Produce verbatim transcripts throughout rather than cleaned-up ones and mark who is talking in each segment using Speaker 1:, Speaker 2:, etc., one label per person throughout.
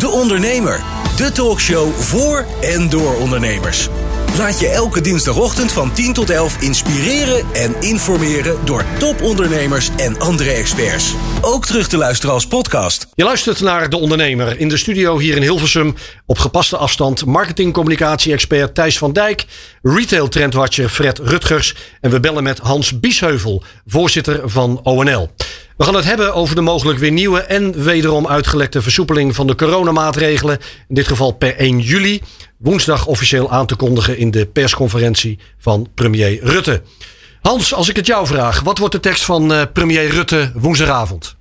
Speaker 1: De Ondernemer, de talkshow voor en door ondernemers. Laat je elke dinsdagochtend van tien tot elf inspireren en informeren door topondernemers en andere experts. Ook terug te luisteren als podcast.
Speaker 2: Je luistert naar De Ondernemer. In de studio hier in Hilversum op gepaste afstand marketing-communicatie-expert Thijs van Dijk, retail-trendwatcher Fred Rutgers en we bellen met Hans Biesheuvel, voorzitter van O N L. We gaan het hebben over de mogelijk weer nieuwe en wederom uitgelekte versoepeling van de coronamaatregelen. In dit geval per één juli. Woensdag officieel aan te kondigen in de persconferentie van premier Rutte. Hans, als ik het jou vraag, wat wordt de tekst van uh, premier Rutte woensdagavond?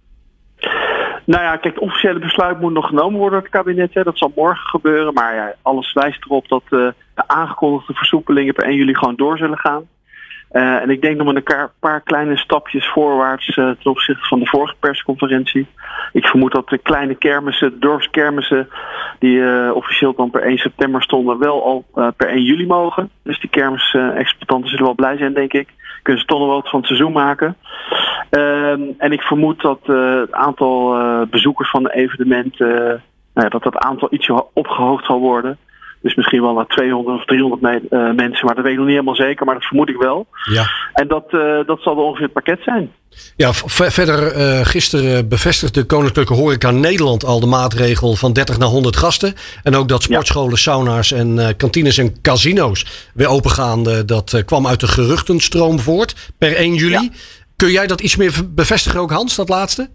Speaker 3: Nou ja, kijk, het officiële besluit moet nog genomen worden door het kabinet. Hè. Dat zal morgen gebeuren. Maar ja, alles wijst erop dat uh, de aangekondigde versoepelingen per één juli gewoon door zullen gaan. Uh, en ik denk nog met een paar kleine stapjes voorwaarts uh, ten opzichte van de vorige persconferentie. Ik vermoed dat de kleine kermissen, de dorpskermissen, die uh, officieel dan per één september stonden, wel al uh, per één juli mogen. Dus die kermisexploitanten zullen wel blij zijn, denk ik. Kunnen ze toch nog wat van het seizoen maken. Uh, en ik vermoed dat uh, het aantal uh, bezoekers van de evenementen, uh, nou, dat dat aantal ietsje opgehoogd zal worden. Dus misschien wel naar tweehonderd of driehonderd me- uh, mensen. Maar dat weet ik nog niet helemaal zeker. Maar dat vermoed ik wel. Ja. En dat, uh, dat zal ongeveer het pakket zijn.
Speaker 2: Ja, v- verder uh, gisteren bevestigde Koninklijke Horeca Nederland al de maatregel van dertig naar honderd gasten. En ook dat sportscholen, ja. sauna's en uh, kantines en casino's weer opengaan. Uh, dat uh, kwam uit de geruchtenstroom voort per één juli. Ja. Kun jij dat iets meer bevestigen ook, Hans, dat laatste?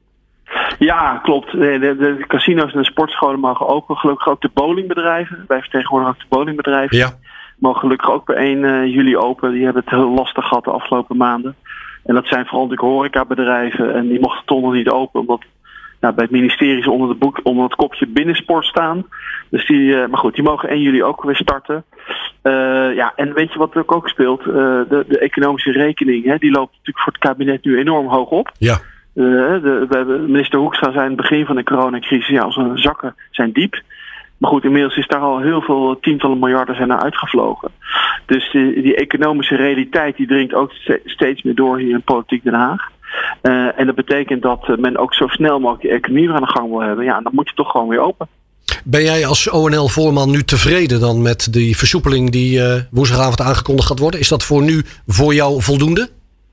Speaker 3: Ja, klopt. De, de, de casino's en de sportscholen mogen open. Gelukkig ook de bowlingbedrijven. Wij vertegenwoordigen ook de bowlingbedrijven. Ja. Mogen gelukkig ook per één juli open. Die hebben het heel lastig gehad de afgelopen maanden. En dat zijn vooral natuurlijk horecabedrijven. En die mochten toch nog niet open. Omdat nou, bij het ministerie ze onder, de boek, onder het kopje binnensport staan. Dus die, uh, maar goed, die mogen één juli ook weer starten. Uh, ja, en weet je wat er ook speelt? Uh, de, de economische rekening, hè, die loopt natuurlijk voor het kabinet nu enorm hoog op. Ja. Uh, de, de, minister Hoekstra zei in het begin van de coronacrisis, ja, onze zakken zijn diep. Maar goed, inmiddels is daar al heel veel tientallen miljarden zijn naar uitgevlogen. Dus die, die economische realiteit die dringt ook steeds meer door hier in politiek Den Haag. Uh, en dat betekent dat men ook zo snel mogelijk die economie weer aan de gang wil hebben. Ja, dan moet je toch gewoon weer open.
Speaker 2: Ben jij als O N L-voorman nu tevreden dan met die versoepeling die uh, woensdagavond aangekondigd gaat worden? Is dat voor nu voor jou voldoende?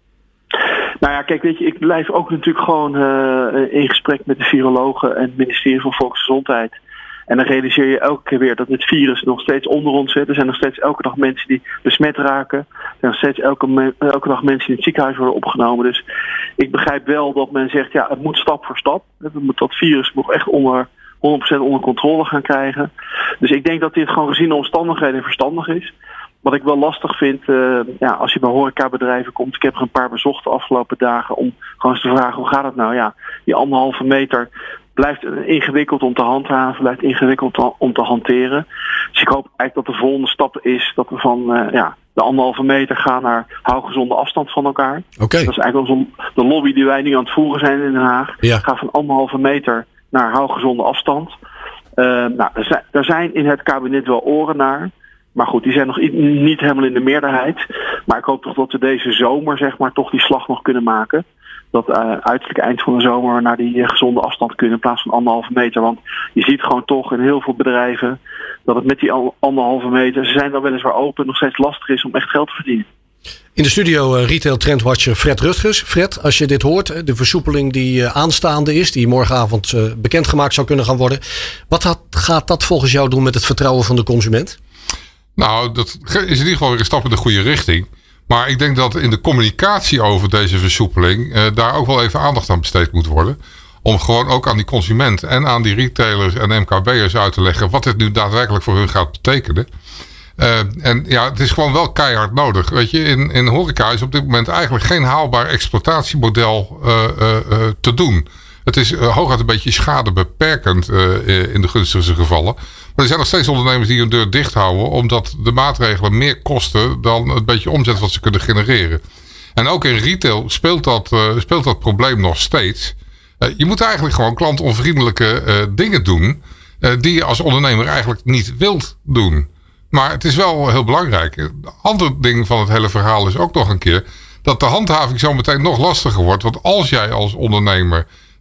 Speaker 3: Nou ja, kijk, weet je, ik blijf ook natuurlijk gewoon uh, in gesprek met de virologen en het ministerie van Volksgezondheid. En dan realiseer je elke keer weer dat het virus nog steeds onder ons zit. Er zijn nog steeds elke dag mensen die besmet raken. Er zijn nog steeds elke, me- elke dag mensen die in het ziekenhuis worden opgenomen. Dus ik begrijp wel dat men zegt, ja, het moet stap voor stap. Het moet, dat virus moet echt onder, honderd procent onder controle gaan krijgen. Dus ik denk dat dit gewoon gezien de omstandigheden verstandig is. Wat ik wel lastig vind, uh, ja, als je bij horecabedrijven komt, ik heb er een paar bezocht de afgelopen dagen om gewoon eens te vragen, hoe gaat het nou? Ja, die anderhalve meter blijft ingewikkeld om te handhaven, blijft ingewikkeld om te hanteren. Dus ik hoop eigenlijk dat de volgende stap is dat we van uh, ja, de anderhalve meter gaan naar hou gezonde afstand van elkaar. Okay. Dat is eigenlijk onze, de lobby die wij nu aan het voeren zijn in Den Haag. Ja. Ga van anderhalve meter naar hou gezonde afstand. Uh, nou, er zijn, er zijn in het kabinet wel oren naar. Maar goed, die zijn nog niet helemaal in de meerderheid. Maar ik hoop toch dat we deze zomer zeg maar toch die slag nog kunnen maken. Dat uh, uiterlijk eind van de zomer naar die uh, gezonde afstand kunnen in plaats van anderhalve meter. Want je ziet gewoon toch in heel veel bedrijven dat het met die anderhalve meter, ze zijn dan weliswaar open, nog steeds lastig is om echt geld te verdienen.
Speaker 2: In de studio uh, retail trendwatcher Fred Rutgers. Fred, als je dit hoort, de versoepeling die uh, aanstaande is, die morgenavond uh, bekendgemaakt zou kunnen gaan worden. Wat had, gaat dat volgens jou doen met het vertrouwen van de consument?
Speaker 4: Nou, dat is in ieder geval weer een stap in de goede richting. Maar ik denk dat in de communicatie over deze versoepeling uh, daar ook wel even aandacht aan besteed moet worden. Om gewoon ook aan die consument en aan die retailers en M K B'ers uit te leggen wat dit nu daadwerkelijk voor hun gaat betekenen. Uh, en ja, het is gewoon wel keihard nodig. Weet je, in, in horeca is op dit moment eigenlijk geen haalbaar exploitatiemodel uh, uh, uh, te doen. Het is uh, hooguit een beetje schadebeperkend uh, in de gunstigste gevallen. Maar er zijn nog steeds ondernemers die hun deur dicht houden, omdat de maatregelen meer kosten dan het beetje omzet wat ze kunnen genereren. En ook in retail speelt dat, uh, speelt dat probleem nog steeds. Uh, je moet eigenlijk gewoon klantonvriendelijke uh, dingen doen uh, die je als ondernemer eigenlijk niet wilt doen. Maar het is wel heel belangrijk. Een ander ding van het hele verhaal is ook nog een keer dat de handhaving zo meteen nog lastiger wordt. Want als jij als ondernemer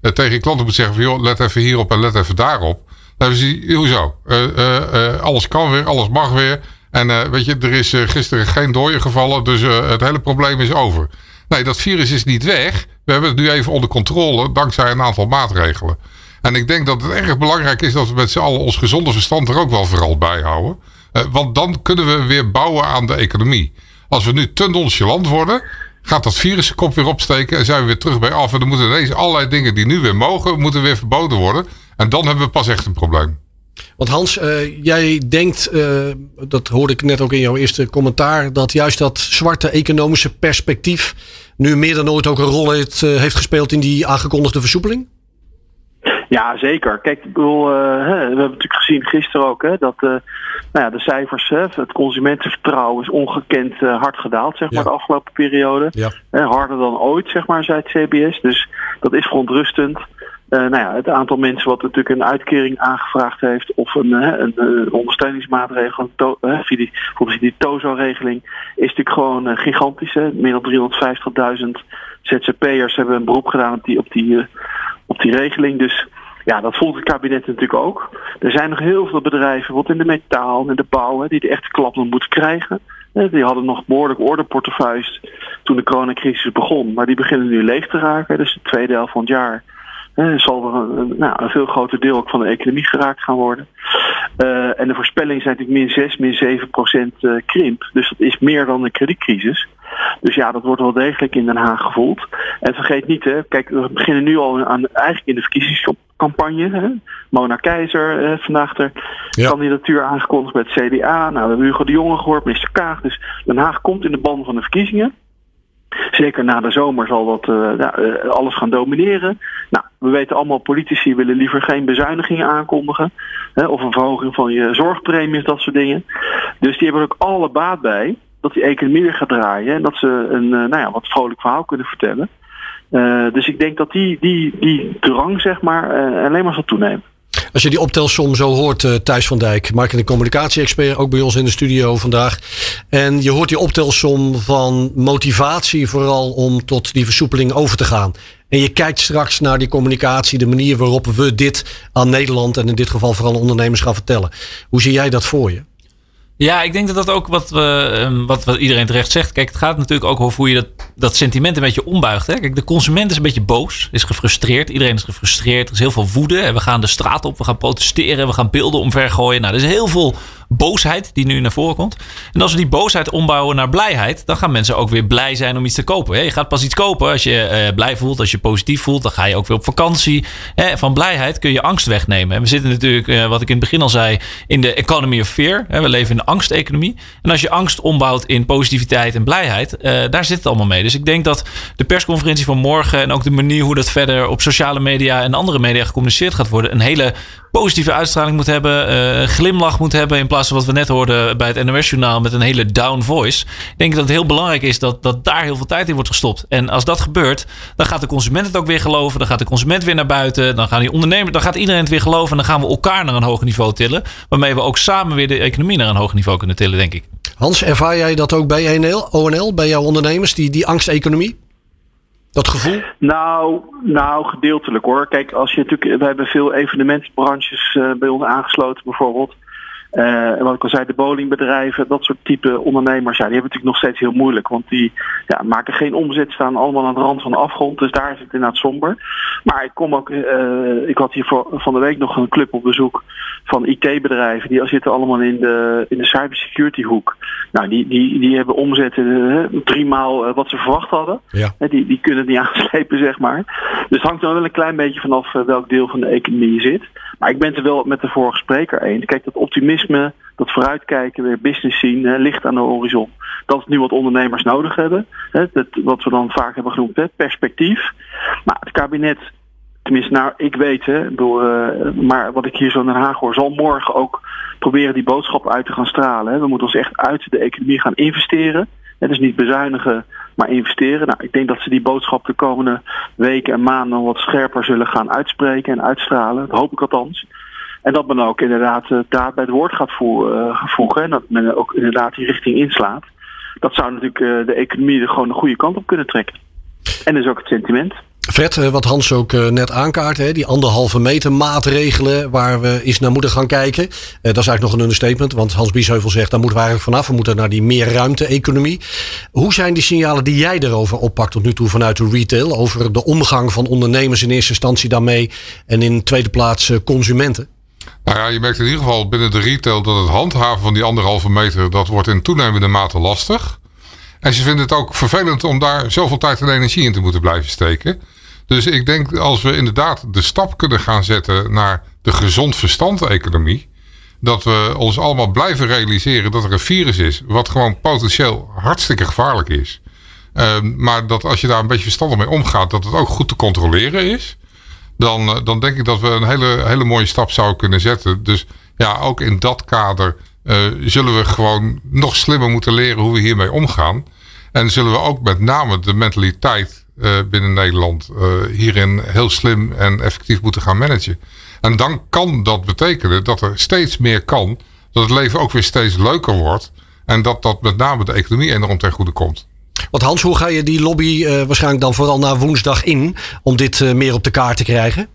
Speaker 4: uh, tegen je klanten moet zeggen van, joh, let even hierop en let even daarop. Dan hebben ze, hoezo? Uh, uh, uh, alles kan weer, alles mag weer. En uh, weet je, er is uh, gisteren geen dooie gevallen, dus uh, het hele probleem is over. Nee, dat virus is niet weg. We hebben het nu even onder controle, dankzij een aantal maatregelen. En ik denk dat het erg belangrijk is dat we met z'n allen ons gezonde verstand er ook wel vooral bij houden. Uh, want dan kunnen we weer bouwen aan de economie. Als we nu te nonchalant worden, gaat dat virus zijn kop weer opsteken en zijn we weer terug bij af. En dan moeten ineens allerlei dingen die nu weer mogen, moeten weer verboden worden. En dan hebben we pas echt een probleem.
Speaker 2: Want Hans, uh, jij denkt, uh, dat hoorde ik net ook in jouw eerste commentaar, dat juist dat zwarte economische perspectief nu meer dan ooit ook een rol heeft, uh, heeft gespeeld in die aangekondigde versoepeling?
Speaker 3: Ja, zeker. Kijk, ik bedoel, uh, hè, we hebben natuurlijk gezien gisteren ook hè, dat uh, nou ja, de cijfers, hè, het consumentenvertrouwen is ongekend uh, hard gedaald, zeg maar, ja. de afgelopen periode. Ja. Uh, harder dan ooit, zeg maar, zei het C B S. Dus dat is verontrustend. Uh, nou ja, het aantal mensen wat natuurlijk een uitkering aangevraagd heeft of een, uh, een, een ondersteuningsmaatregel, een to- uh, via die, volgens die TOZO-regeling, is natuurlijk gewoon uh, gigantisch. Hè. Meer dan driehonderdvijftigduizend Z Z P'ers hebben een beroep gedaan op die, op die, uh, op die regeling. Dus ja, dat voelt het kabinet natuurlijk ook. Er zijn nog heel veel bedrijven, wat in de metaal en de bouw, hè, die de echte klap nog moeten krijgen. Die hadden nog behoorlijk orderportefeuilles toen de coronacrisis begon. Maar die beginnen nu leeg te raken. Dus de tweede helft van het jaar uh, zal er een, nou, een veel groter deel ook van de economie geraakt gaan worden. Uh, en de voorspellingen zijn natuurlijk min zes, min zeven procent uh, krimp. Dus dat is meer dan de kredietcrisis. Dus ja, dat wordt wel degelijk in Den Haag gevoeld. En vergeet niet, hè, kijk, we beginnen nu al aan, eigenlijk in de verkiezingscampagne. Hè. Mona Keizer, eh, vandaag de ja. kandidatuur aangekondigd bij het C D A. Nou, we hebben Hugo de Jonge gehoord, minister Kaag. Dus Den Haag komt in de band van de verkiezingen. Zeker na de zomer zal dat uh, nou, uh, alles gaan domineren. Nou, we weten allemaal, politici willen liever geen bezuinigingen aankondigen. Hè, of een verhoging van je zorgpremies, dat soort dingen. Dus die hebben er ook alle baat bij dat die economie weer gaat draaien. En dat ze een uh, nou ja, wat vrolijk verhaal kunnen vertellen. Uh, dus ik denk dat die, die, die drang, zeg maar, uh, alleen maar zal toenemen.
Speaker 2: Als je die optelsom zo hoort, uh, Thijs van Dijk, marketing- en communicatie-expert, ook bij ons in de studio vandaag. En je hoort die optelsom van motivatie vooral om tot die versoepeling over te gaan. En je kijkt straks naar die communicatie, de manier waarop we dit aan Nederland en in dit geval vooral ondernemers gaan vertellen. Hoe zie jij dat voor je?
Speaker 5: Ja, ik denk dat dat ook wat, we, wat, wat iedereen terecht zegt. Kijk, het gaat natuurlijk ook over hoe je dat, dat sentiment een beetje ombuigt. Hè? Kijk, de consument is een beetje boos, is gefrustreerd. Iedereen is gefrustreerd. Er is heel veel woede. En we gaan de straat op, we gaan protesteren, we gaan beelden omvergooien. Nou, er is heel veel boosheid die nu naar voren komt. En als we die boosheid ombouwen naar blijheid, dan gaan mensen ook weer blij zijn om iets te kopen. Je gaat pas iets kopen als je uh, blij voelt, als je positief voelt. Dan ga je ook weer op vakantie. Van blijheid kun je angst wegnemen. En we zitten natuurlijk, uh, wat ik in het begin al zei, in de economy of fear. We leven in de angsteconomie. En als je angst ombouwt in positiviteit en blijheid, uh, daar zit het allemaal mee. Dus ik denk dat de persconferentie van morgen en ook de manier hoe dat verder op sociale media en andere media gecommuniceerd gaat worden, een hele positieve uitstraling moet hebben, uh, een glimlach moet hebben in plaats van wat we net hoorden bij het N O S-journaal met een hele down voice. Ik denk dat het heel belangrijk is dat, dat daar heel veel tijd in wordt gestopt. En als dat gebeurt, dan gaat de consument het ook weer geloven, dan gaat de consument weer naar buiten, dan gaan die ondernemers, dan gaat iedereen het weer geloven en dan gaan we elkaar naar een hoger niveau tillen, waarmee we ook samen weer de economie naar een hoger niveau kunnen tillen, denk ik.
Speaker 2: Hans, ervaar jij dat ook bij O N L, bij jouw ondernemers, die, die angsteconomie? Dat gevoel?
Speaker 3: Nou, nou, gedeeltelijk hoor. Kijk, als je natuurlijk, we hebben veel evenementenbranches uh, bij ons aangesloten bijvoorbeeld. Uh, en wat ik al zei, de bowlingbedrijven, dat soort type ondernemers, ja, die hebben het natuurlijk nog steeds heel moeilijk. Want die ja, maken geen omzet, staan allemaal aan de rand van de afgrond. Dus daar is het inderdaad somber. Maar ik kom ook, uh, ik had hier voor, van de week nog een club op bezoek van I T-bedrijven. Die zitten allemaal in de, in de cybersecurity hoek. Nou, die, die, die hebben omzetten uh, drie maal uh, wat ze verwacht hadden. Ja. Uh, die, die kunnen het niet aanslepen, zeg maar. Dus het hangt er wel een klein beetje vanaf uh, welk deel van de economie je zit. Maar ik ben het er wel met de vorige spreker eens. Kijk, dat optimisme, dat vooruitkijken, weer business zien, hè, licht aan de horizon. Dat is nu wat ondernemers nodig hebben. Hè, dat, wat we dan vaak hebben genoemd, hè, perspectief. Maar het kabinet, tenminste, nou, ik weet, hè, bedoel, uh, maar wat ik hier zo in Den Haag hoor, zal morgen ook proberen die boodschap uit te gaan stralen. Hè. We moeten ons echt uit de economie gaan investeren. Hè, dus niet bezuinigen, maar investeren. Nou, ik denk dat ze die boodschap de komende weken en maanden wat scherper zullen gaan uitspreken en uitstralen. Dat hoop ik althans. En dat men ook inderdaad uh, daad bij het woord gaat voegen. En dat men ook inderdaad die richting inslaat. Dat zou natuurlijk uh, de economie er gewoon de goede kant op kunnen trekken. En dus ook het sentiment.
Speaker 2: Fred, wat Hans ook net aankaart, hè, die anderhalve meter maatregelen waar we eens naar moeten gaan kijken. Uh, dat is eigenlijk nog een understatement, want Hans Biesheuvel zegt, daar moeten we eigenlijk vanaf. We moeten naar die meer ruimte-economie. Hoe zijn die signalen die jij erover oppakt tot nu toe vanuit de retail, over de omgang van ondernemers in eerste instantie daarmee en in tweede plaats uh, consumenten?
Speaker 4: Nou ja, je merkt in ieder geval binnen de retail dat het handhaven van die anderhalve meter, dat wordt in toenemende mate lastig. En ze vinden het ook vervelend om daar zoveel tijd en energie in te moeten blijven steken. Dus ik denk als we inderdaad de stap kunnen gaan zetten naar de gezond verstand-economie, dat we ons allemaal blijven realiseren dat er een virus is wat gewoon potentieel hartstikke gevaarlijk is. Uh, maar dat als je daar een beetje verstandig mee omgaat, dat het ook goed te controleren is. Dan, dan denk ik dat we een hele, hele mooie stap zouden kunnen zetten. Dus ja, ook in dat kader uh, zullen we gewoon nog slimmer moeten leren hoe we hiermee omgaan. En zullen we ook met name de mentaliteit uh, binnen Nederland uh, hierin heel slim en effectief moeten gaan managen. En dan kan dat betekenen dat er steeds meer kan. Dat het leven ook weer steeds leuker wordt. En dat dat met name de economie enorm ten goede komt.
Speaker 2: Want Hans, hoe ga je die lobby uh, waarschijnlijk dan vooral na woensdag in om dit uh, meer op de kaart te krijgen?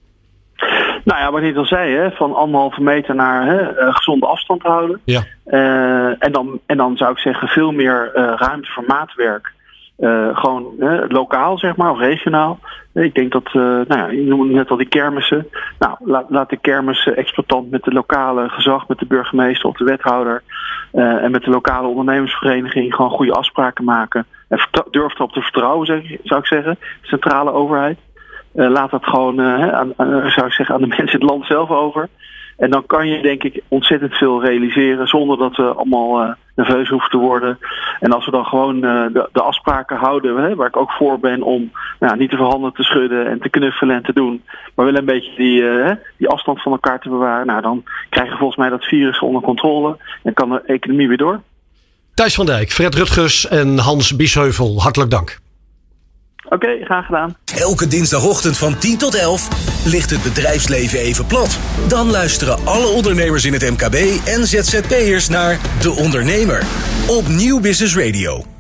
Speaker 3: Nou ja, wat ik al zei, hè, van anderhalve meter naar hè, uh, gezonde afstand houden. Ja. Uh, en, dan, en dan zou ik zeggen veel meer uh, ruimte voor maatwerk. Uh, gewoon uh, lokaal, zeg maar, of regionaal. Ik denk dat, uh, nou ja, je noemde net al die kermissen. Nou, laat, laat de kermisexploitant met de lokale gezag, met de burgemeester of de wethouder uh, en met de lokale ondernemersvereniging gewoon goede afspraken maken. En vertrouw, durf erop te vertrouwen, zeg, zou ik zeggen. Centrale overheid. Uh, laat dat gewoon, uh, aan, aan, zou ik zeggen, aan de mensen in het land zelf over. En dan kan je denk ik ontzettend veel realiseren zonder dat we allemaal uh, nerveus hoeven te worden. En als we dan gewoon uh, de, de afspraken houden, hè, waar ik ook voor ben om nou, niet te veel handen te schudden en te knuffelen en te doen, maar wel een beetje die, uh, die afstand van elkaar te bewaren. Nou, dan krijgen we volgens mij dat virus onder controle en kan de economie weer door.
Speaker 2: Thijs van Dijk, Fred Rutgers en Hans Biesheuvel, hartelijk dank.
Speaker 3: Oké, okay, graag gedaan.
Speaker 1: Elke dinsdagochtend van tien tot elf ligt het bedrijfsleven even plat. Dan luisteren alle ondernemers in het M K B en Z Z P'ers naar De Ondernemer op Nieuw Business Radio.